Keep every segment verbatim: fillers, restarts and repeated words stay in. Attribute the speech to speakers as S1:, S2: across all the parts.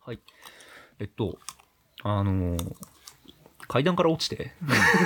S1: はい。えっと、あのー、階段から落ちて、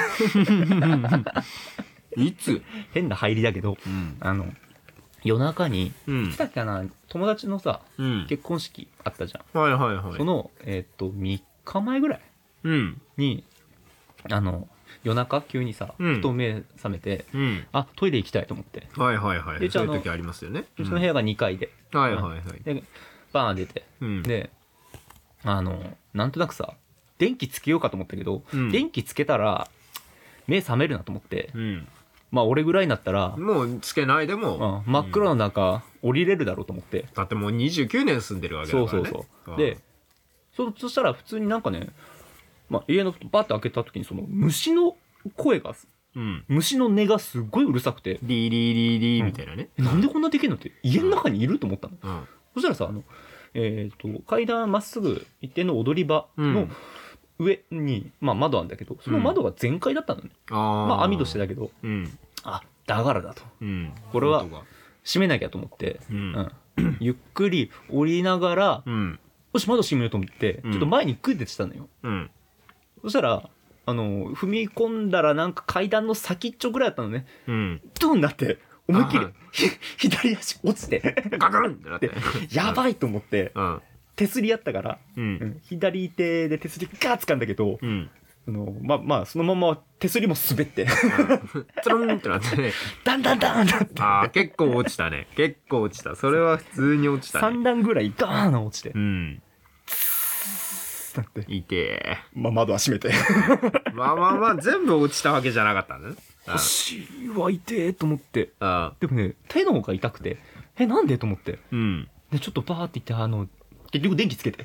S2: いつ
S1: 変な入りだけど、
S2: うん。
S1: あの、夜中に、
S2: う
S1: い
S2: ん
S1: つだっけな、友達のさ、
S2: うん
S1: 結婚式あったじゃん。
S2: はいはいはい。
S1: その、えっと、みっかまえぐらい
S2: うん
S1: に、あの、夜中急にさ、
S2: うん
S1: ふと目覚めて、
S2: うん
S1: あ、トイレ行きたいと思って。
S2: はいはいはい。
S1: で
S2: そういう時ありますよね。
S1: うちの部屋がにかいで、
S2: うんはいはいはい。
S1: で、バーン出て、
S2: うん
S1: で、あの、なんとなくさ、電気つけようかと思ったけど、
S2: うん
S1: 電気つけたら、目覚めるなと思って、
S2: うん
S1: まあ俺ぐらいになったら、
S2: もうつけないでも、
S1: うん真っ暗の中、降りれるだろうと思って。
S2: だってもうにじゅうきゅうねん住んでるわけだからね。
S1: そうそうそう。で、そそしたら普通になんかね、まあ、家のバッて開けた時にその虫の声が、
S2: うん
S1: 虫の音がすっごいうるさくて、
S2: リーリーリーリーみたいなね。
S1: えなんでこんなできるのって家の中にいると思ったの。
S2: うん
S1: そしたらさ、あの、えっ、と、階段まっすぐ一定の踊り場の上に、まあ窓あるんだけど、その窓が全開だったのね。
S2: あー
S1: まあ網戸してたけど、
S2: うん
S1: あ、だからだと。
S2: うん
S1: これは
S2: 音が
S1: 閉めなきゃと思って、
S2: うん
S1: うんゆっくり降りながら、
S2: うん
S1: よし、窓閉めようと思って、
S2: うん
S1: ちょっと前にグッてしたのよ。
S2: うん
S1: そしたら、あの、踏み込んだらなんか階段の先っちょぐらいだったのね。
S2: うん
S1: ドンなって、思いっきり
S2: あ、
S1: ひ左足落ちて、
S2: ガクンってなって
S1: でやばいと思って、
S2: うん
S1: 手すりやったから、
S2: う
S1: うんん左手で手すりガーッ掴んだけど、
S2: うん
S1: あのまあまあ、そのまま手すりも滑って、
S2: つるんってなってね。
S1: ダンダンダンってなって、
S2: ああ結構落ちたね。結構落ちた。それは普通に落ちた
S1: さ
S2: ね。
S1: ん段ぐらいガーン落ちて、
S2: うん
S1: なって、
S2: いて
S1: まあ窓は閉めて、
S2: ーまあまあまあ全部落ちたわけじゃなかったんだね。
S1: 腰は痛えと思って、
S2: あ
S1: でもね、手の方が痛くて、え、なんでと思って、
S2: うん
S1: で、ちょっとバーって行って、あの、結局電気つけて、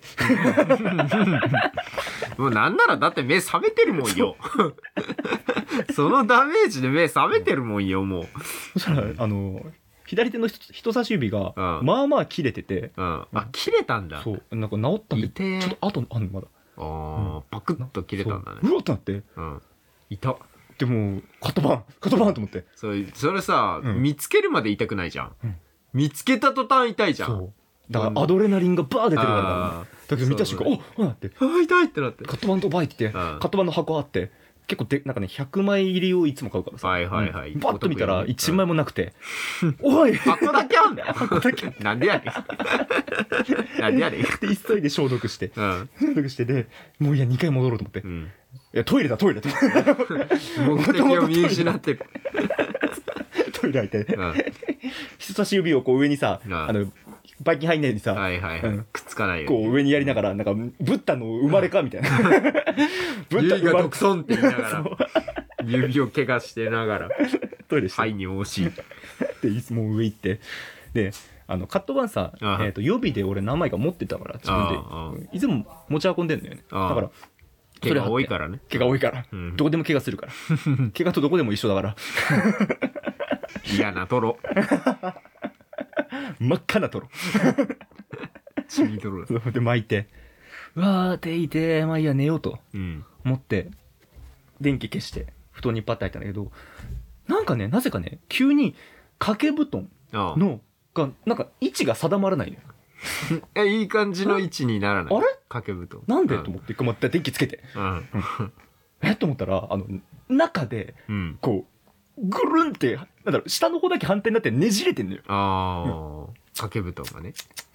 S2: もうなんならだって目覚めてるもんよ。そのダメージで目覚めてるもんよもう。
S1: そしたら、あの、左手の人人差し指が、
S2: うん
S1: まあまあ切れてて、
S2: うんあ切れたんだ。
S1: そう、なんか治ったけど、
S2: 痛え
S1: ちょっと後あんのまだ。
S2: ああパクッと切れたんだね
S1: そう。うわってなって、
S2: うんいた。
S1: でも、カットバン、カットバンと思って。
S2: それそれさ、
S1: うん
S2: 見つけるまで痛くないじゃん、
S1: うん
S2: 見つけた途端痛いじゃん。
S1: そう。だからアドレナリンがバー出てるからだろうね
S2: あー
S1: だけど見た瞬間、
S2: そう
S1: おっなって、
S2: あー痛いってなって。
S1: カットバンとバイって言って、
S2: うん
S1: カットバンの箱あって、結構で、なんかね、ひゃくまい入りをいつも買うからさ。
S2: はいはいはい
S1: うんバッと見たら
S2: お得意ね
S1: いちまいもなくて、おい
S2: 箱だけあんだよ。
S1: 箱だけ
S2: なんでやねん。なんでやねん。
S1: で急いで消毒して、
S2: うん。
S1: 消毒してで、もういや、にかい戻ろうと思って。い
S2: うん。
S1: や、トイレだ、トイレだ。
S2: 目的を見失ってる。
S1: トイレ開いて、
S2: うん。
S1: 人差し指をこう上にさ、
S2: うん
S1: あの、バイキン入んないようにさ、
S2: はいはいはい。
S1: うん
S2: くっつかないよ。
S1: こう上にやりながら、なんか、ブッダの生まれかみたいな。ブッ
S2: 指が
S1: 生まれ
S2: 独尊って言いながら、指を怪我してながら、
S1: トイレして、
S2: 肺に惜しい。
S1: で、いつも上行って、で、あの、カットバンさ、
S2: ああ
S1: えっと、予備で俺何枚か持ってたから、自分
S2: ああ
S1: で。いつも持ち運んでんだよね。だ
S2: ああ
S1: から、
S2: 毛が多いからね。
S1: 毛が多いから、
S2: うん
S1: どこでも怪我するから。怪我とどこでも一緒だから、
S2: 嫌なトロ。
S1: 真っ赤なトロ。
S2: チビトロ。
S1: そうで、巻いて、うわー、手痛え、まあいいや、寝ようと
S2: うん。
S1: 思って、電気消して、布団にパッと入ったんだけど、なんかね、なぜかね、急に掛け布団
S2: ああ
S1: の、が、なんか位置が定まらないのよ。
S2: え、いい感じの位置にならない。
S1: あれ
S2: 掛け布団。
S1: なんで、
S2: うん
S1: と思って、一回また電気つけて、
S2: うん。
S1: えと思ったら、あの、中で、
S2: うん。
S1: こう、ぐるんって、なんだろう、下の方だけ反対になってねじれてんのよ。
S2: ああ、掛け布団がね。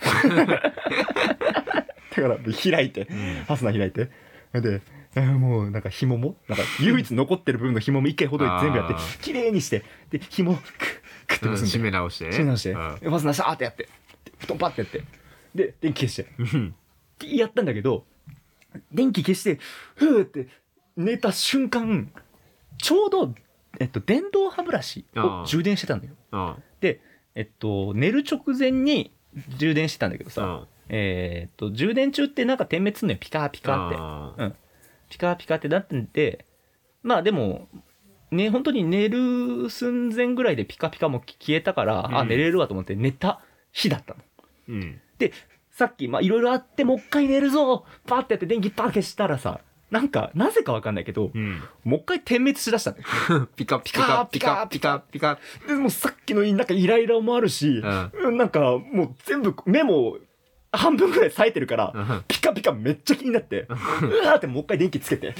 S1: だから、開いて、
S2: ん
S1: ファスナー開いて、で、えーもうなんか紐も、なんか唯一残ってる部分の紐も一回ほどいて全部やって
S2: あー、
S1: 綺麗にして、で、紐、くくって
S2: うん締
S1: 結んで、
S2: め直してね。
S1: 締め直して、
S2: うん
S1: でファスナーシャーってやって、で布団パッてやって、で、電気消して、
S2: うん。
S1: やったんだけど、電気消して、ふーって寝た瞬間、ちょうど、えっと、電動歯ブラシを充電してたんだよ。
S2: あ
S1: で、えっと、寝る直前に充電してたんだけど
S2: あ。
S1: さ、
S2: あ
S1: えーっと、充電中ってなんか点滅すんのよ、ピカーピカーって。
S2: あ
S1: うん。ピカーピカーってなってんで、まあでも、ね、本当に寝る寸前ぐらいでピカピカも消えたから、
S2: うん
S1: あ、寝れるわと思って寝た日だったの。
S2: うん。
S1: で、さっき、まあいろいろあって、もう一回寝るぞパーってやって電気パー消したらさ、なんか、なぜかわかんないけど、
S2: うん。
S1: もう一回点滅しだしたんだよ。
S2: ピカピカピカピカピカ。
S1: でもうさっきのなんかイライラもあるし、
S2: うん。
S1: うんなんかもう全部目も半分ぐらい冴えてるから
S2: うん
S1: ピカピカめっちゃ気になってうわーってもう一回電気つけて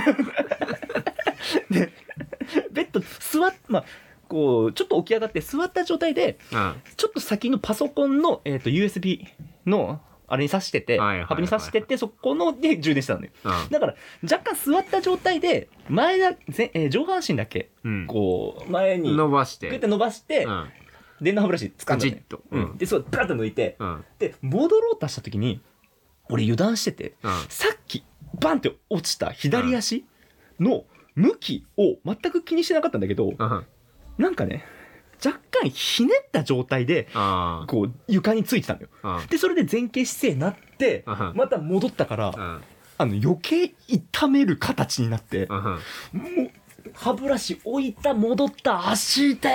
S1: でベッド座っまあこうちょっと起き上がって座った状態で
S2: うん
S1: ちょっと先のパソコンの、えー、と ユーエスビー のあれに挿してて、
S2: はいはいはい
S1: ハブに挿してってそこので充電してたのよ。
S2: うん
S1: だから若干座った状態で前だ、ぜえー上半身だけ
S2: うん
S1: こう前に
S2: 伸ばし
S1: こうやってて伸ばして、
S2: うん
S1: 電動歯ブラシ掴んだのね
S2: カチッと
S1: うん、でそうバッと抜いて、
S2: うん
S1: で戻ろうとした時に俺油断してて、
S2: うん
S1: さっきバンって落ちた左足の向きを全く気にしてなかったんだけど、
S2: うん
S1: なんかね若干ひねった状態で
S2: あ
S1: こう床についてたのよ。
S2: あ
S1: でそれで前傾姿勢になって
S2: うん
S1: また戻ったから
S2: うん
S1: あの余計痛める形になって
S2: うん
S1: もう歯ブラシ置いた戻った足痛い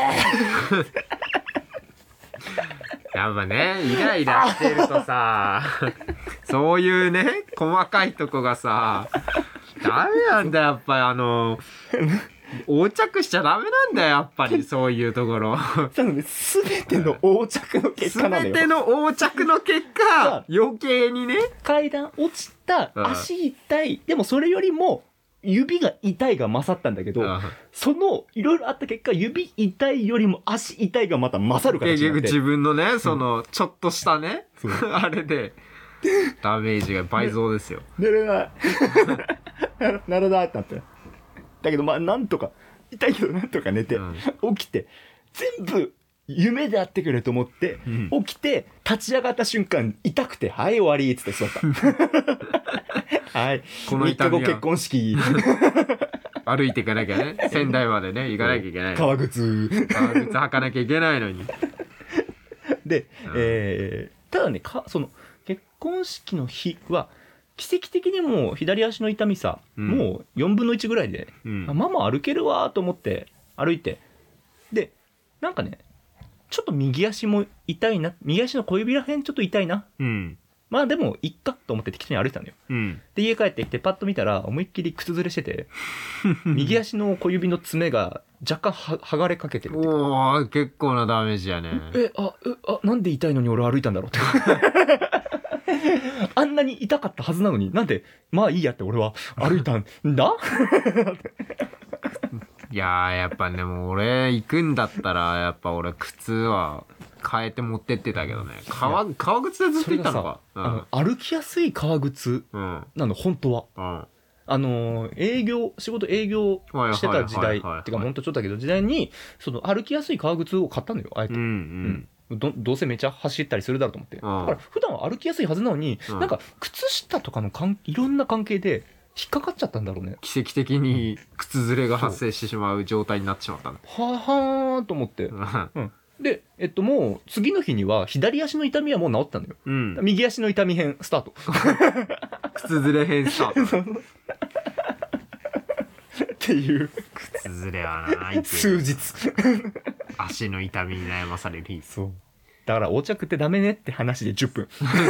S2: やっぱねイライラしてるとさそういうね細かいとこがさダメなんだやっぱりあの横着しちゃダメなんだよやっぱりそういうところ
S1: 多分ね全ての横着の結果なのよ。
S2: 全ての横着の結果余計にね
S1: 階段落ちた足痛いでもそれよりも指が痛いが勝ったんだけど、
S2: うん
S1: そのいろいろあった結果指痛いよりも足痛いがまた勝る形
S2: 結局
S1: になって
S2: 自分のねそのちょっとしたね
S1: そう
S2: あれでダメージが倍増ですよ。
S1: 寝れないならないってなってだけどまあなんとか痛いけどなんとか寝て、
S2: うん
S1: 起きて全部夢であってくれと思って、
S2: うん
S1: 起きて立ち上がった瞬間痛くてはい終わりっつって座ったはい
S2: この痛みは
S1: みっかご結婚式
S2: 歩いていかなきゃね仙台までね行かなきゃいけない
S1: 革靴
S2: 革靴履かなきゃいけないのに
S1: で、
S2: うん
S1: えーただねかその結婚式の日は奇跡的にもう左足の痛みさ、
S2: うん
S1: もうよんぶんのいちぐらいで、
S2: うん
S1: あママ歩けるわと思って歩いてでなんかねちょっと右足も痛いな右足の小指らへんちょっと痛いな
S2: うん
S1: まあでもいっかと思って適当に歩いてたのよ。
S2: うん
S1: で家帰ってきてパッと見たら思いっきり靴ずれしてて右足の小指の爪が若干は剥がれかけてるっていうか
S2: おー結構なダメージやね。
S1: えあえあなんで痛いのに俺歩いたんだろうってあんなに痛かったはずなのになんでまあいいやって俺は歩いたんだ
S2: いやーやっぱねもう俺行くんだったらやっぱ俺靴は変えて持ってってたけどね革革靴でずっと行ったのか。
S1: それがさあの歩きやすい革靴
S2: うんうん
S1: なの本当は
S2: うん
S1: あのー営業仕事営業してた時代
S2: はいはいはいはい
S1: ってかほんとちょっとだけど時代にその歩きやすい革靴を買ったのよあえて、
S2: うんう
S1: うんどどうせめちゃ走ったりするだろうと思ってだ
S2: うん
S1: から普段は歩きやすいはずなのに、
S2: うん
S1: なんか靴下とかのかんいろんな関係で引っかかっちゃったんだろうね
S2: 奇跡的に靴ずれが発生してしまう状態になってしまったんだ。
S1: はあはーと思って、
S2: うん
S1: でえっともう次の日には左足の痛みはもう治ったのよ
S2: うん
S1: 右足の痛み編スタート
S2: 靴ずれ編スタート。
S1: っていう
S2: 靴ずれはないって
S1: 数日
S2: 足の痛みに悩まされる日。
S1: そうだから横着ってダメねって話でじゅっぷん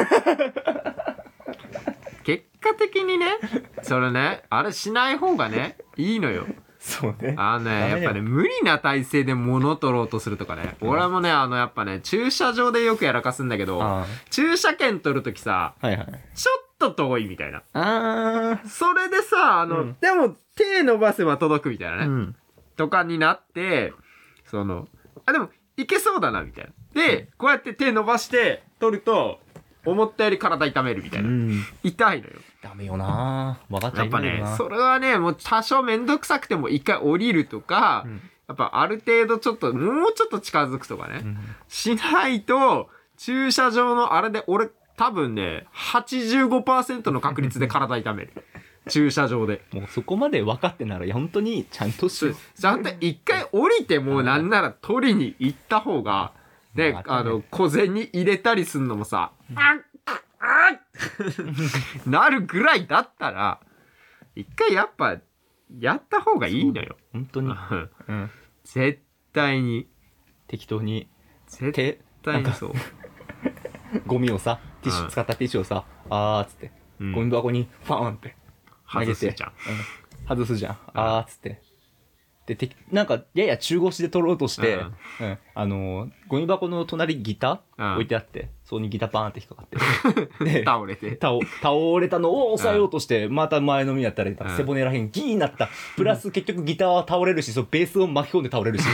S2: 結果的にねそれねあれしない方がねいいのよ。
S1: そうね
S2: あのね
S1: ダメだよ
S2: やっぱね無理な体勢で物取ろうとするとかね、
S1: うん
S2: 俺もねあのやっぱね駐車場でよくやらかすんだけど
S1: あ
S2: 駐車券取るときさ
S1: ーはいはい
S2: ちょっと遠いみたいな
S1: あ
S2: それでさあの、
S1: うん
S2: でも手伸ばせば届くみたいなね、
S1: ーうん
S2: とかになってそのあでもいけそうだなみたいなでこうやって手伸ばして取ると思ったより体痛めるみたいな、
S1: うん
S2: 痛いのよ。
S1: ダメよな分かっちゃ
S2: やっぱ
S1: いないよな
S2: ねそれはねもう多少めんどくさくても一回降りるとか、
S1: うん
S2: やっぱある程度ちょっともうちょっと近づくとかね、
S1: うん
S2: しないと駐車場のあれで俺多分ね はちじゅうごパーセント の確率で体痛める駐車場で。
S1: もうそこまで分かってなら本当にちゃんとしよう
S2: ちゃんと一回降りてもうなんなら取りに行った方がで、
S1: まあ
S2: あの小銭入れたりすんのもさ、あっあっなるぐらいだったら一回やっぱやった方がいいのよ。
S1: 本当に、
S2: うん
S1: うん、
S2: 絶対に
S1: 適当に
S2: 絶
S1: 手
S2: 対にそう。
S1: ゴミをさティッシュ、
S2: うん
S1: 使ったティッシュをさあーっつって、
S2: うん
S1: ゴミ箱にファーンって投げて
S2: 外すじゃん。
S1: うん、外すじゃんあーっつってでてなんかやや中腰で取ろうとして、
S2: うん
S1: うん、あのゴミ箱の隣にギター置いてあって、そこにギターパーンって引っかかってで
S2: 倒れて
S1: 倒倒れたのを抑えようとして、また前のみやったら背骨らへんギーになった。プラス結局ギターは倒れるし、そのベースを巻き込んで倒れるし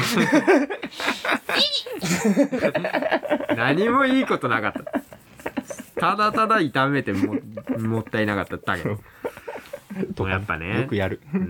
S2: 何もいいことなかった。ただただ痛めて も, もったいなかっただけどやっぱね
S1: よくやる、
S2: うん、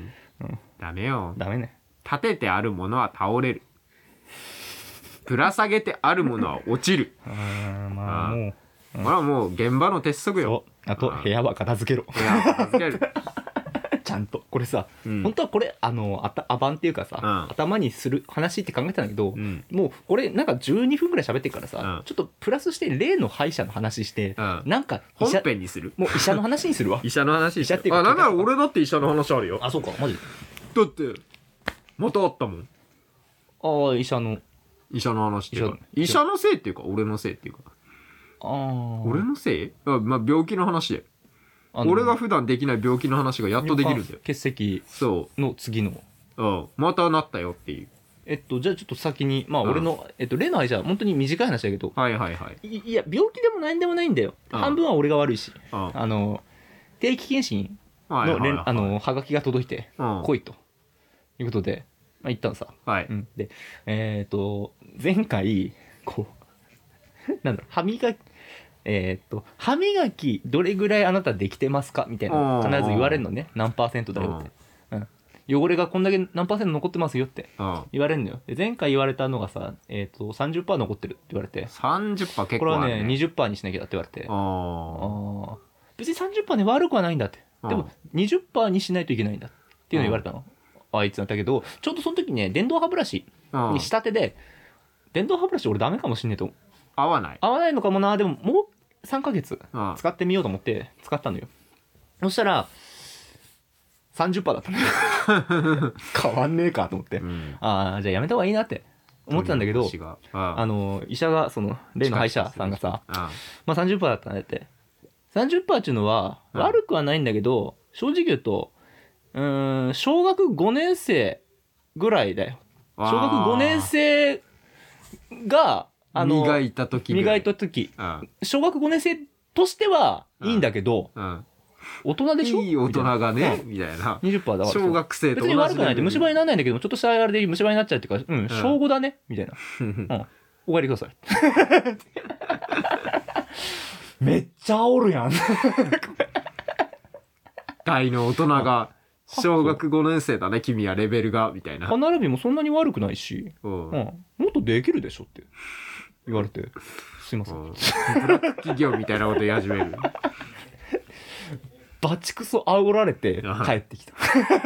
S2: うん、ダメよ。
S1: ダメね。
S2: 立ててあるものは倒れる。ぶら下げてあるものは落ちる。
S1: あまあもう、
S2: うん、これはもう現場の鉄則よ。
S1: あと部屋は片付けろ。
S2: 部屋は片付ける
S1: ちゃんとこれさ、うん、本当はこれあのあたアバンっていうかさ、うん、頭にする話って考えてたんだけど、うん、もうこれなんかじゅうにふんぐらい喋ってるからさ、うん、ちょっとプラスして例の歯医者の話して、うん、なんか
S2: 本編にする。
S1: もう医者の話にするわ。
S2: 医者の話
S1: 医者っていうか、
S2: あ、なんなら俺だって医者の話あるよ。
S1: あ、そうか、マジ
S2: だってまたあったもん。
S1: ああ、医者の
S2: 医者の話っていうか、医者のせいっていうか俺のせいっていうか、
S1: ああ、
S2: 俺のせい？あ、まあ病気の話で。俺が普段できない病気の話がやっとできるんだよ。
S1: 血石の次の。
S2: うん。またなったよっていう。
S1: えっと、じゃあちょっと先に、まあ俺の、うん、えっと、例の間、本当に短い話だけど。
S2: はいはいはい。
S1: い, いや、病気でも何でもないんだよ。うん、半分は俺が悪いし。うん、あの、定期検診の、はいはいはい、あの、はがきが届いて、うん、来いと。いうことで、まあ行ったのさ。
S2: はい。
S1: うん、で、えー、っと、前回、こう、なんだろう、歯磨き、えー、っと歯磨きどれぐらいあなたできてますかみたいな必ず言われるのね。何パーセントだよって、うん、汚れがこんだけ何パーセント残ってますよって言われるのよ。で前回言われたのがさ、えー、っと さんじゅっパーセント 残ってるって言われて、
S2: さんじゅっパーセント 結構ある、ね、
S1: これはね にじゅっパーセント にしなきゃだって言われて、ああ別に さんじゅっパーセント ね悪くはないんだって、でも にじゅっパーセント にしないといけないんだっていうの言われたの。あいつなんだけど、ちょうどその時ね電動歯ブラシに仕立てで、電動歯ブラシ俺ダメかもしんねえと思う。
S2: 合わない
S1: 合わないのかもな。でももうさんかげつ使ってみようと思って使ったのよ。そしたら さんじゅっパーセント だったのよ。変わんねえかと思って、うん、ああじゃあやめた方がいいなって思ってたんだけど、ああの医者がその例の歯医者さんがさ、ああまあ さんじゅっパーセント だったんだって。 さんじゅっパーセント っていうのは悪くはないんだけど、正直言うとうーん小学ごねん生ぐらいだよ。小学ごねん生があの
S2: 磨いた時
S1: 磨いた時、うん、小学ごねん生としてはいいんだけど、うんうん、大人でしょ。
S2: いい大人がねみたいな
S1: にじゅっパーセント だから
S2: 小学生と同じ
S1: 別に悪くないって虫歯にならないんだけど、ちょっとしたあれで虫歯になっちゃうっていうか、うん、小ごだねみたいな、うん、お帰りください。めっちゃ煽るやん。
S2: 大の大人が小学ごねん生だね君はレベルがみたいな。
S1: 歯並びもそんなに悪くないし、うんうん、もっとできるでしょって言われて、すいません、うん、ブ
S2: ラック企業みたいなこと言い始める。
S1: バチクソ煽られて帰ってきた。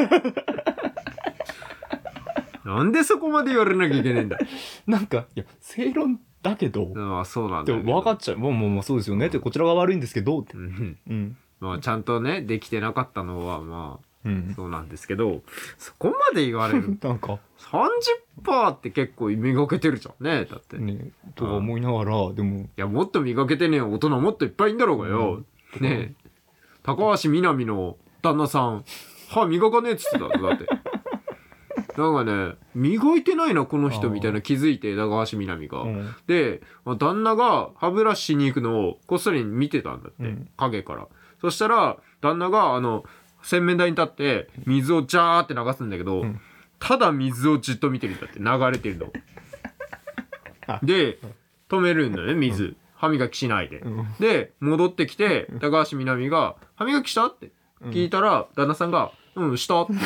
S2: なんでそこまで言われなきゃいけないんだ。
S1: なんかいや正論だけど、
S2: ああそうなんだけど
S1: 分かっちゃう。もうもうもうそうですよねって、こちらが悪いんですけどって、う
S2: んうん、まあちゃんとねできてなかったのはまあうん、そうなんですけど、そこまで言われる
S1: なんか
S2: さんじゅっパーセント って結構磨けてるじゃんね。だって
S1: ねとか思いながら、でもい
S2: やもっと磨けてねえ大人もっといっぱいいんだろうがよ、うん、ねえ高橋みなみの旦那さん歯磨かねえっつってた。だってなんかね磨いてないなこの人みたいな気づいて高橋みなみが、うん、で旦那が歯ブラシしに行くのをこっそり見てたんだって、うん、影から。そしたら旦那があの洗面台に立って水をジャーって流すんだけど、うん、ただ水をじっと見てるんだって流れてるので止めるんだよね水、うん、歯磨きしないで、うん、で戻ってきて高橋みなみが歯磨きしたって聞いたら、うん、旦那さんがうんしたって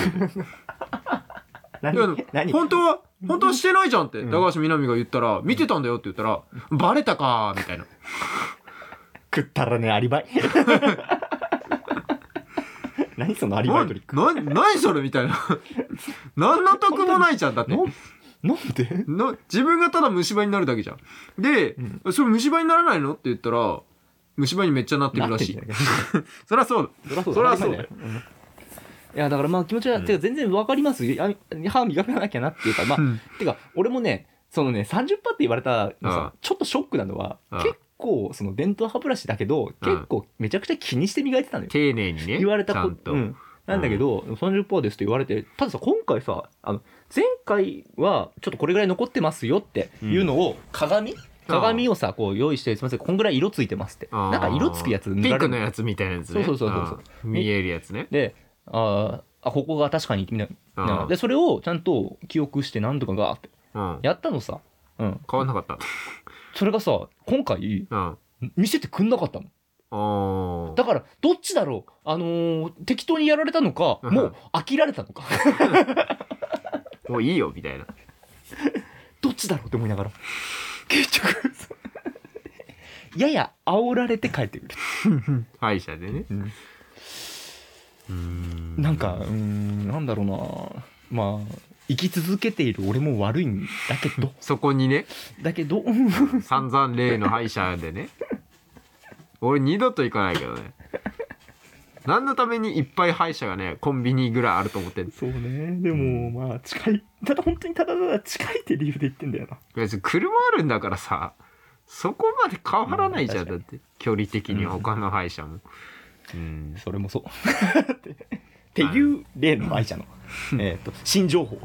S2: 言って何本当は本当はしてないじゃんって、うん、高橋みなみが言ったら見てたんだよって言ったら、うん、バレたかーみたいな。
S1: 食ったらねアリバイ。何そのアリバイトリック。
S2: な、な、何それみたいな。何の得もないじゃんだって。
S1: な、なんで
S2: な自分がただ虫歯になるだけじゃん。で、うん、それ虫歯にならないのって言ったら虫歯にめっちゃなってるらしい。そりゃそうだ。そりゃそうだよ。
S1: いやだからまあ気持ちは、うん、てか全然わかります。歯磨かなきゃなっていうかまあ、うん、てか俺もねそのね さんじゅっパーセント って言われたのさ、ちょっとショックなのは結構その伝統歯ブラシだけど結構めちゃくちゃ気にして磨いてたのよ。
S2: 丁寧にね
S1: 言われたこと、うん、 なんだけど、うん、さんじゅっパーセント ですって言われて、たださ今回さあの前回はちょっとこれぐらい残ってますよっていうのを鏡、うん、鏡をさこう用意してすみませんこんぐらい色ついてますってなんか色つくやつ塗られる
S2: ピンクのやつみたいなやつね。
S1: そうそうそうそう
S2: 見えるやつね。
S1: でああここが確かにみたいなでそれをちゃんと記憶してなんとかがってやったのさ、うん、
S2: 変わんなかった。
S1: それがさ今回、うん、見せてくんなかったの。あだからどっちだろうあのー、適当にやられたのかもう飽きられたのか
S2: もういいよみたいな
S1: どっちだろうって思いながら結局やや煽られて帰ってくる
S2: 歯医者でね、うん、
S1: うーんなんかうーんなんだろうなまあ生き続けている俺も悪いんだけど
S2: そこにね
S1: だけど
S2: 散々例の歯医者でね俺二度と行かないけどね何のためにいっぱい歯医者がねコンビニぐらいあると思ってん。
S1: そうねでも、うん、まあ近いただ本当にただただ近いって理由で言ってんだよな。
S2: 別に車あるんだからさそこまで変わらないじゃん、うん、だって距離的に他の歯医者も、
S1: うん、うん、それもそうっていう例の歯医者のえと新情報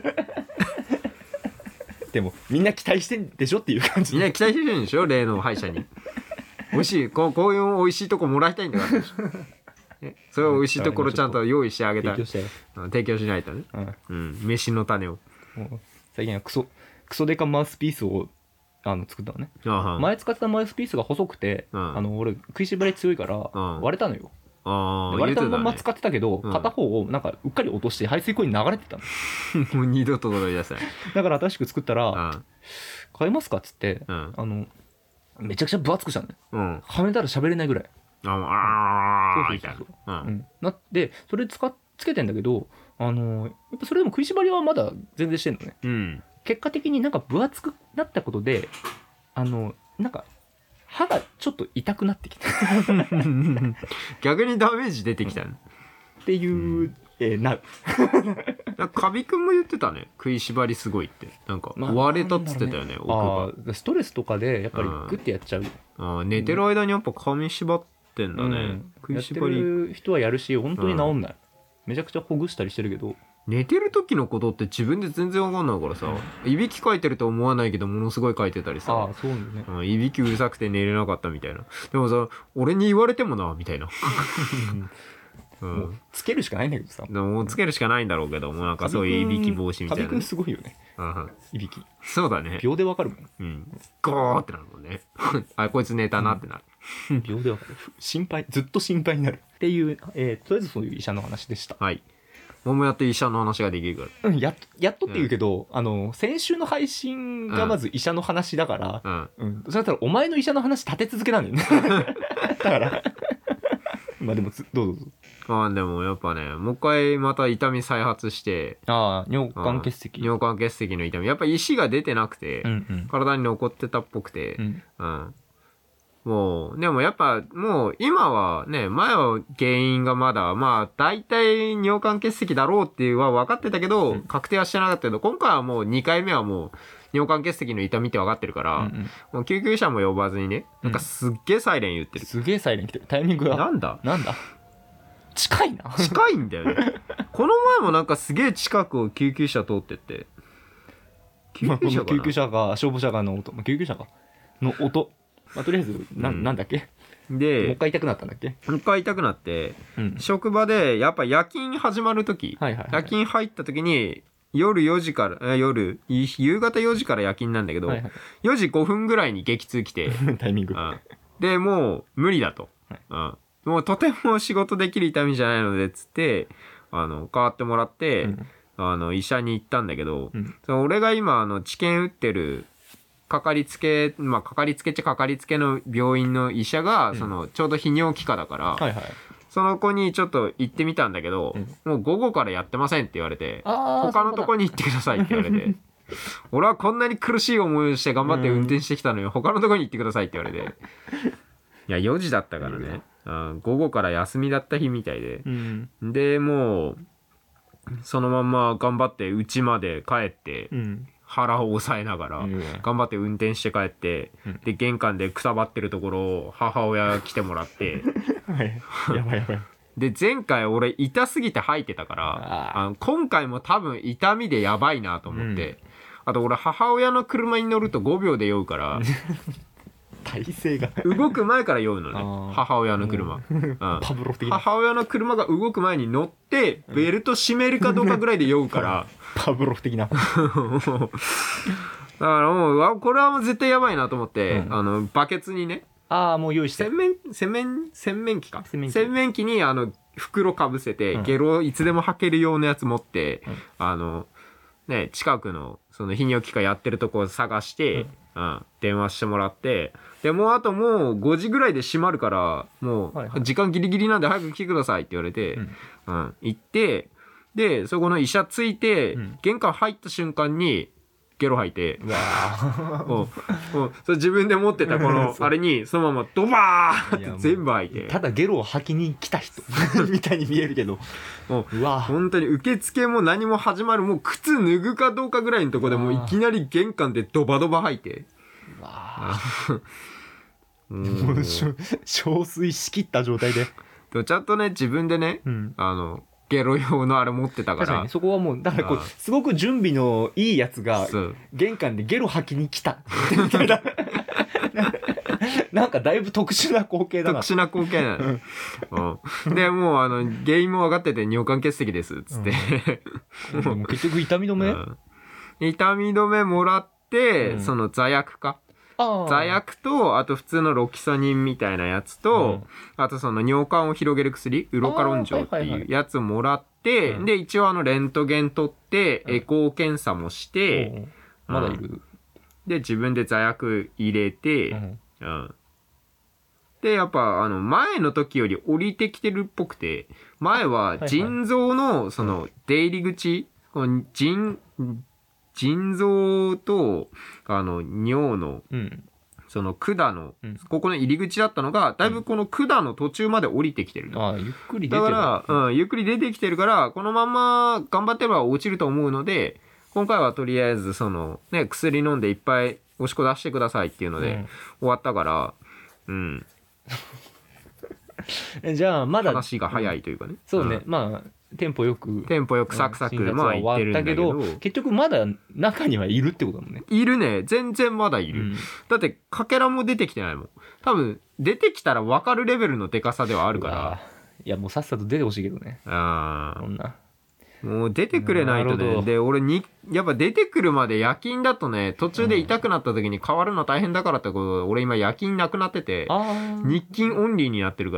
S1: でもみんな期待してんでしょっていう感じ
S2: みんな期待してるんでしょ例の歯医者に美味しいこう、こういう美味しいとこもらいたいんだからそれを美味しいところちゃんと用意してあげた提供して提供しないとね、うんうん、飯の種を
S1: 最近はクソクソデカマウスピースをあの作ったのね。あ前使ってたマウスピースが細くて、うん、あの俺食いしばり強いから割れたのよ。あ割れたまま使ってたけど、ね、片方をなんかうっかり落として排水溝に流れてたの
S2: もう二度と踊り出せない
S1: だから新しく作ったら買えますかっつって、うん、あのめちゃくちゃ分厚くしたのね、うん、はめたら喋れないぐらいああそうそうそうそう、うんうん、なってそれ使っつけてんだけどあのやっぱそれでも食いしばりはまだ全然してんのね、うん、結果的になんか分厚くなったことであのなんか歯がちょっと痛くなってきた
S2: 逆にダメージ出てきた、ね、
S1: っていう、うん、えー、なう
S2: なんかカビくんも言ってたね食いしばりすごいってなんか割れたっつってたよね、
S1: まあ、奥歯ストレスとかでやっぱりグッてやっちゃう、
S2: ああ寝てる間にやっぱ髪縛ってんだね、うん、
S1: 食いしばりやってる人はやるし本当に治んない、うん、めちゃくちゃほぐしたりしてるけど
S2: 寝てる時のことって自分で全然わかんないからさ、うん、いびきかいてると思わないけどものすごいかいてたりさ
S1: あそうね、
S2: うん、いびきうるさくて寝れなかったみたいなでもさ俺に言われてもなみたいな
S1: うん、もうつけるしかないんだけどさ
S2: でももうつけるしかないんだろうけどもなんかそういういびき防止みたいな、ね、
S1: カビくんすごいよね、うん、いびき
S2: そうだね
S1: 秒でわかるもん、
S2: うん、ゴーってなるもんねあこいつ寝たなってなる、
S1: うん、秒でわかる心配ずっと心配になるっていう、えー、とりあえずそういう医者の話でした。
S2: はいもうやっと医者の話ができるから、
S1: うん、やっとやっとって言うけど、うん、あの先週の配信がまず医者の話だから、うんうん、それだったらお前の医者の話立て続けなんだよねだからまあでもどうぞどうぞ。
S2: あでもやっぱねもう一回また痛み再発して
S1: あ尿管結石
S2: 尿管結石の痛みやっぱ石が出てなくて、うんうん、体に残ってたっぽくて、うんうん、もうでもやっぱもう今はね前は原因がまだまあ大体尿管結石だろうっていうは分かってたけど、うん、確定はしてなかったけど今回はもうにかいめはもう尿管結石の痛みって分かってるから、うんうん、もう救急車も呼ばずにねなんかすっげえサイレン言ってる、
S1: うん、すげえサイレン来てるタイミングが
S2: なんだ
S1: なんだ近いな
S2: 近いんだよねこの前もなんかすげえ近くを救急車通ってって
S1: 救急車かな、まあ、救急車か消防車かの音救急車かの音まあ、とりあえず な,、うん、なんだっけでもう一回痛くなったんだっけ
S2: もう一回痛くなって、うん、職場でやっぱ夜勤始まる時、はいはいはい、夜勤入った時に夜よじから夜夕方よじから夜勤なんだけど、はいはい、よじごふんぐらいに激痛来て
S1: タイミング、
S2: うん、でもう無理だと、はいうん、もうとても仕事できる痛みじゃないのでっつってあの代わってもらって、うん、あの医者に行ったんだけど、うん、その俺が今あの治験打ってるかかりつけまあかかりつけっちゃかかりつけの病院の医者が、うん、そのちょうど泌尿器科だから、はいはい、その子にちょっと行ってみたんだけど、うん、もう午後からやってませんって言われて他のとこに行ってくださいって言われて俺はこんなに苦しい思いをして頑張って運転してきたのに、うん、他のとこに行ってくださいって言われていやよじだったからね、うん、午後から休みだった日みたいで、うん、でもうそのまんま頑張って家まで帰って、うん腹を抑えながら頑張って運転して帰って、うん、で玄関でくたばってるところを母親来てもらって
S1: はい、やばいやばい
S2: で前回俺痛すぎて吐いてたから
S1: あ
S2: あの今回も多分痛みでやばいなと思って、
S1: うん、
S2: あと俺母親の車に乗るとごびょうで酔うから
S1: 体勢が
S2: 動く前から酔うのね母親の車、うん、
S1: パブロ的な
S2: 母親の車が動く前に乗ってベルト締めるかどうかぐらいで酔うから
S1: パブロフ的な
S2: だからもうこれはもう絶対やばいなと思って、うん、あのバケツにね
S1: ああもう用意して
S2: 洗面洗面洗面器か
S1: 洗面器
S2: 洗面器にあの袋かぶせて、うん、ゲロいつでも吐けるようなやつ持って、うん、あのね近くのその泌尿器科やってるとこを探して、うんうん、電話してもらってでもうあともうごじぐらいで閉まるからもう時間ギリギリなんで早く来てくださいって言われて、うんうん、行ってでそこの医者ついて、うん、玄関入った瞬間にゲロ吐いて、うわもうもうそれ自分で持ってたこのあれにそのままドバーって全部吐いて
S1: ただゲロを吐きに来た人みたいに見えるけど
S2: もううわ本当に受付も何も始まるもう靴脱ぐかどうかぐらいのとこでもういきなり玄関でドバドバ吐いてうわ
S1: もう憔悴しきった状態で
S2: ちゃんとね自分でね、うん、あのゲロ用のあれ持ってたから
S1: 確かにそこはもうだからこうすごく準備のいいやつが玄関でゲロ吐きに来たみたいななんかだいぶ特殊な光景だな
S2: 特殊な光景なの、うん、でもうあの原因も分かってて尿管結石ですっつって、
S1: うん、もう結局痛み止め、うん、
S2: 痛み止めもらって、うん、その座薬か座薬とあと普通のロキソニンみたいなやつと、うん、あとその尿管を広げる薬ウロカロン錠っていうやつをもらって、はいはいはい、で一応あのレントゲン取って、うん、エコー検査もして、
S1: うん、まだいる
S2: で自分で座薬入れて、うんうん、でやっぱあの前の時より降りてきてるっぽくて前は腎臓のその出入り口、この腎腎臓とあの尿の、うん、その管の、うん、ここの入り口だったのがだいぶこの管の途中まで降りてきてる、
S1: うん、ああゆっくり出てる
S2: だから、うん、ゆっくり出てきてるからこのまま頑張ってれば落ちると思うので今回はとりあえずそのね薬飲んでいっぱいおしっこ出してくださいっていうので、うん、終わったからうん
S1: じゃあまだ
S2: 話が早いというかね、
S1: うん、そうね、うん、まあテンポよく
S2: テンポよくサクサクまあ言ってるんだけど
S1: 結局まだ中にはいるってことだもんね。
S2: いるね全然まだいる、うん、だってかけらも出てきてないもん多分出てきたら分かるレベルのでかさではあるから
S1: いやもうさっさと出てほしいけどね
S2: ああそんなもう出てくれないとねで俺にやっぱ出てくるまで夜勤だとね途中で痛くなった時に変わるの大変だからってことで俺今夜勤なくなってて日勤オンリーになってるから、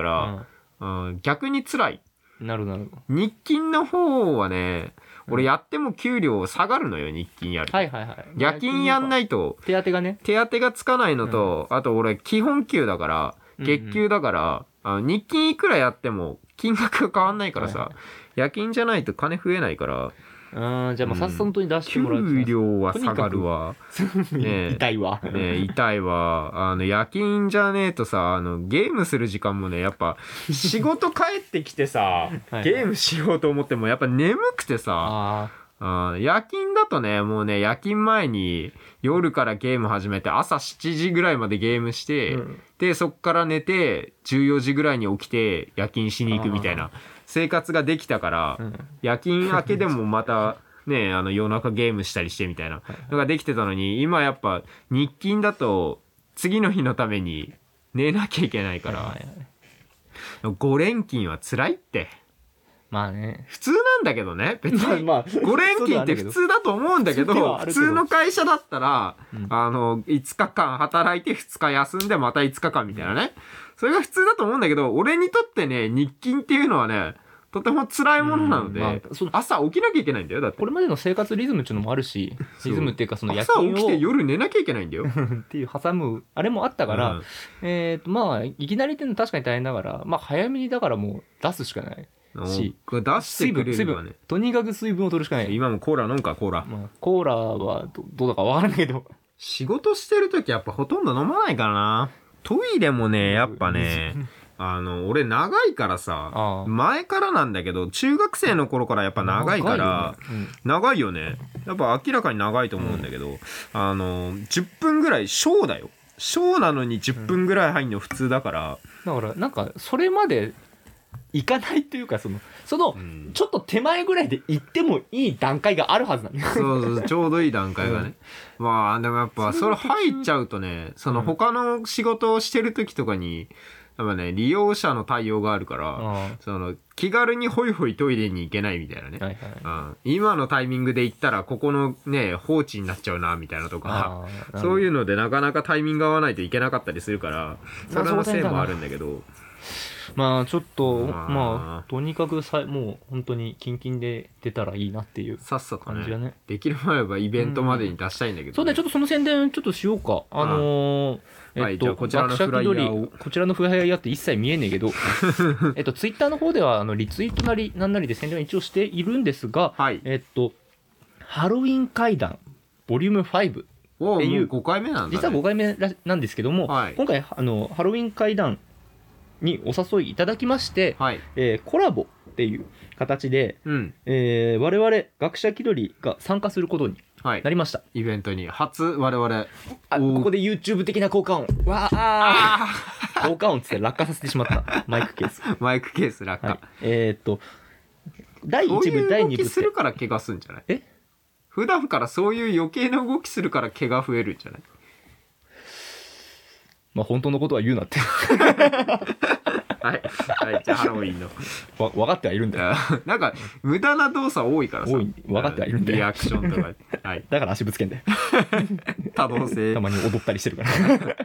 S2: うんうん、逆に辛い
S1: なるなる
S2: 日勤の方はね俺やっても給料下がるのよ日勤やる、
S1: はいはいはい、
S2: 夜勤やんないと
S1: 手当がね
S2: 手当がつかないのと、うん、あと俺基本給だから月給だから、うんうん、あの日勤いくらやっても金額が変わんないからさ、はいはい、夜勤じゃないと金増えないから
S1: あじゃあもうさっさとに出してもらう、
S2: うん、給料は下がるわ、
S1: ね、痛いわ、
S2: ね、痛いわあの夜勤じゃねえとさあのゲームする時間もねやっぱ仕事帰ってきてさゲームしようと思ってもやっぱ眠くてさああ夜勤だとねもうね夜勤前に夜からゲーム始めて朝しちじぐらいまでゲームして、うん、でそっから寝てじゅうよじぐらいに起きて夜勤しに行くみたいな生活ができたから、うん、夜勤明けでもまたねあの夜中ゲームしたりしてみたいなのができてたのに今やっぱ日勤だと次の日のために寝なきゃいけないから、はいはいはい、ご連勤は辛いって
S1: まあね
S2: 普通なんだけどね別にご連勤って普通だと思うんだけど普通の会社だったら、うん、あのいつかかん働いてふつか休んでまたいつかかんみたいなねそれが普通だと思うんだけど俺にとってね日勤っていうのはねとても辛いものなので、うんまあ、朝起きなきゃいけないんだよだって
S1: これまでの生活リズムっていうのもあるしリズムっていうかその夜勤を
S2: 朝起きて夜寝なきゃいけないんだよ
S1: っていう挟むあれもあったから、うん、えーとまあいきなりっていうのは確かに大変だからまあ早めにだからもう出すしかないし
S2: 出してくれるわね
S1: とにかく水分を取るしかない
S2: 今もコーラ飲むかコーラ、
S1: まあ、コーラは ど, どうだかわからないけど
S2: 仕事してる時やっぱほとんど飲まないからなトイレもねやっぱねあの俺長いからさあ前からなんだけど中学生の頃からやっぱ長いから長いよね、うん、長いよねやっぱ明らかに長いと思うんだけど、うん、あのじゅっぷんぐらい小だよ小なのにじゅっぷんぐらい入んの普通だから、
S1: うん、だからなんかそれまで行かないというかそのその、うん、ちょっと手前ぐらいで行ってもいい段階があるはずなんだよ。
S2: そうそうちょうどいい段階がね、うん、まあでもやっぱそれ入っちゃうとねその他の仕事をしてる時とかにやっぱね利用者の対応があるから、うん、その気軽にホイホイトイレに行けないみたいなね、はいはいうん、今のタイミングで行ったらここのね放置になっちゃうなみたいなとかそういうのでなかなかタイミング合わないといけなかったりするからそれのせいもあるんだけど
S1: まあちょっとまあ、まあ、とにかくさもう本当にキンキンで出たらいいなっていう感じがね、さっさとね
S2: できる前はイベントまでに出したいんだけど、ね
S1: うん、そうねちょっとその宣伝ちょっとしようかあのーえっと、はい、じゃあこちらのフライヤーをこちらのフライヤーって一切見えねえけどえっとツイッターの方ではあのリツイートなりなんなりで宣伝は一応しているんですが、はい、えっとハロウィン怪談ボリュームファイブっていう
S2: ごかいめなんだ、ね、
S1: 実はごかいめなんですけども、はい、今回あのハロウィン怪談にお誘いいただきまして、はいえー、コラボっていう形で、うんえー、我々学者気取りが参加することになりました、は
S2: い、イベントに初我々
S1: あここで YouTube 的な効果音わあ効果音つって落下させてしまったマイクケース
S2: マイクケース落下、はい、
S1: えー、っとだいいち部だいに部ってそういう動き
S2: するから怪我するんじゃない？え普段からそういう余計な動きするから怪我増えるんじゃない？
S1: まあ本当のことは言うなって
S2: はい、はい、じゃあハロウィンの
S1: わ分かってはいるんだよ
S2: なんか無駄な動作多いからさ
S1: 多い分かってはいるんだよ
S2: リアクションとか、はい、
S1: だから足ぶつけんだよ
S2: 多動性
S1: たまに踊ったりしてるから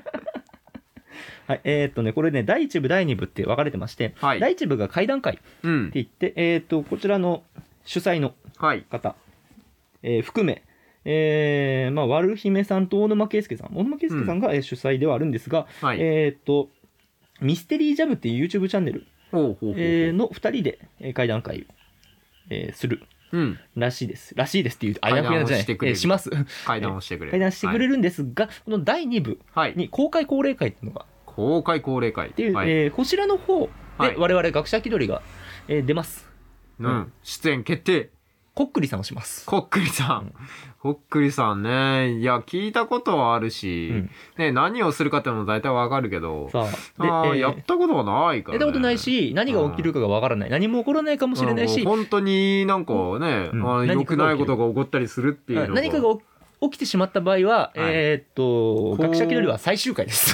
S1: はいえー、っとねこれねだいいち部だいに部って分かれてまして、はい、だいいち部が怪談会って言って、うん、えー、っとこちらの主催の方、はいえー、含めえーまあ、悪姫さんと大沼圭介さん大沼圭介さんが、うん、主催ではあるんですが、はい、えっ、ー、とミステリージャムっていう YouTube チャンネルのふたりで怪談会を、えー、するらしいです、うん、らしいですっていうあやふやじゃない、えー、します
S2: 怪談をしてくれる
S1: 怪談してくれるんですが、はい、このだいに部に公開高齢会っていうのが
S2: 公開高齢会
S1: っていう、はいえー、こちらの方で我々学者気取りが、えー、出ます、
S2: うんうん、出演決定
S1: こっくりさんをします。
S2: こっくりさん、うん、こっくりさんねいや聞いたことはあるし、うんね、何をするかっていうのも大体わかるけどさあで、えー、やったことがないから、ね、
S1: やったことないし何が起きるかがわからない、うん、何も起こらないかもしれないし
S2: 本当になんかね、うん、良くないことが起こったりするっていうのが
S1: 何かが起きてしまった場合は、はい、えー、っと学者気取りは最終回です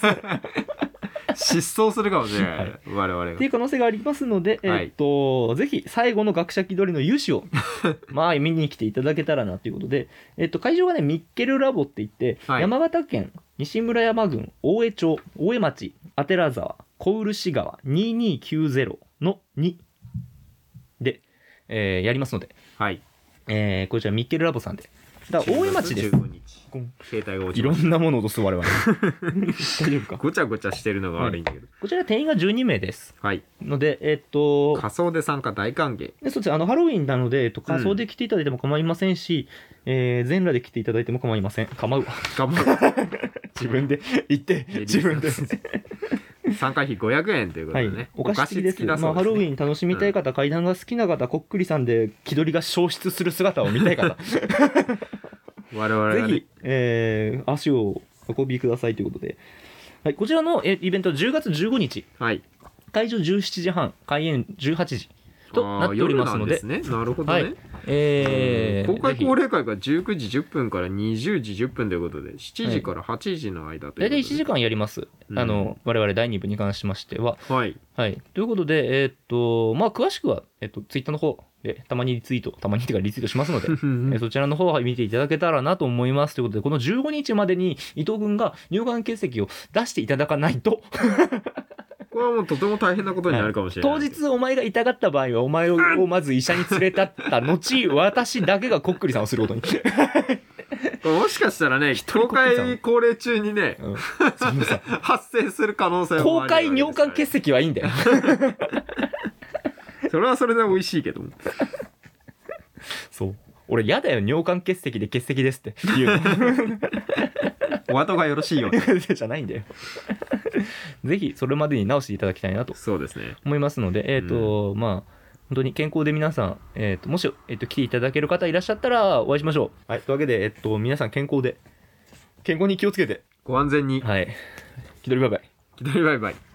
S2: 失踪するかもしれない、はい、我々が
S1: っていう可能性がありますので、えーっとはい、ぜひ最後の学者気取りの勇姿をまあ見に来ていただけたらなということで、えーっと会場がねミッケルラボって言って、はい、山形県西村山郡大江町大江町阿寺沢小漆川にせんにひゃくきゅうじゅうのにで、えー、やりますので、はいえー、こちらミッケルラボさんでだから大江町です
S2: 携帯が落ち
S1: いろんなものを落とす我々大丈夫か
S2: ごちゃごちゃしてるのが悪いんだけど、はい、
S1: こちら定員がじゅうにめいです、はい、のでえっと
S2: 仮装で参加大歓迎で
S1: そうですあのハロウィンなので、えっと、仮装で来ていただいても構いませんし、うんえー、全裸で来ていただいても構いません構うわ構う自分で言って自分で
S2: 参加費ごひゃくえんということでね、はい、
S1: お貸し付きです。まあ、ハロウィン楽しみたい方、うん、怪談が好きな方こっくりさんで気取りが消失する姿を見たい方
S2: 我々が、ね、
S1: ぜひ、えー、足を運びくださいということで、はい、こちらのイベントじゅうがつじゅうごにち、はい、会場じゅうしちじはん開演じゅうはちじとなっておりますので、
S2: 夜なんですね。なるほどね、はい
S1: えー、
S2: 公開高齢会がじゅうくじじゅっぷんからにじゅうじじゅっぷんということでしちじからはちじの間ということで、
S1: 大体いちじかんやります、うん、あの我々だいに部に関しましては、はいはい、ということで、えーっとまあ、詳しくは、えーっと、ツイッターの方でたまにリツイートたまにっていうかリツイートしますのでえそちらの方は見ていただけたらなと思いますということで、このじゅうごにちまでに伊藤君が乳がん結石を出していただかないと
S2: これはもうとても大変なことになるかもしれない、
S1: はい、当日お前が痛がった場合はお前をまず医者に連れ立った後私だけがこっくりさんをすることに
S2: もしかしたらね公開高齢中にね、うん、発生する可能性もある、ね、
S1: 公開尿管結石はいいんだよ
S2: それはそれで美味しいけども
S1: そう俺嫌だよ尿管結石で結石ですって言うの
S2: お後がよろしいよ
S1: じゃないんだよぜひそれまでに直していただきたいなと
S2: そうですね
S1: 思いますので、えーとうん、まあ本当に健康で皆さん、えー、ともし、えー、と来ていただける方いらっしゃったらお会いしましょう。はい、というわけで、えー、と皆さん健康で健康に気をつけて
S2: ご安全に。
S1: はい。気取りバイバイ。
S2: 気取りバイバイ。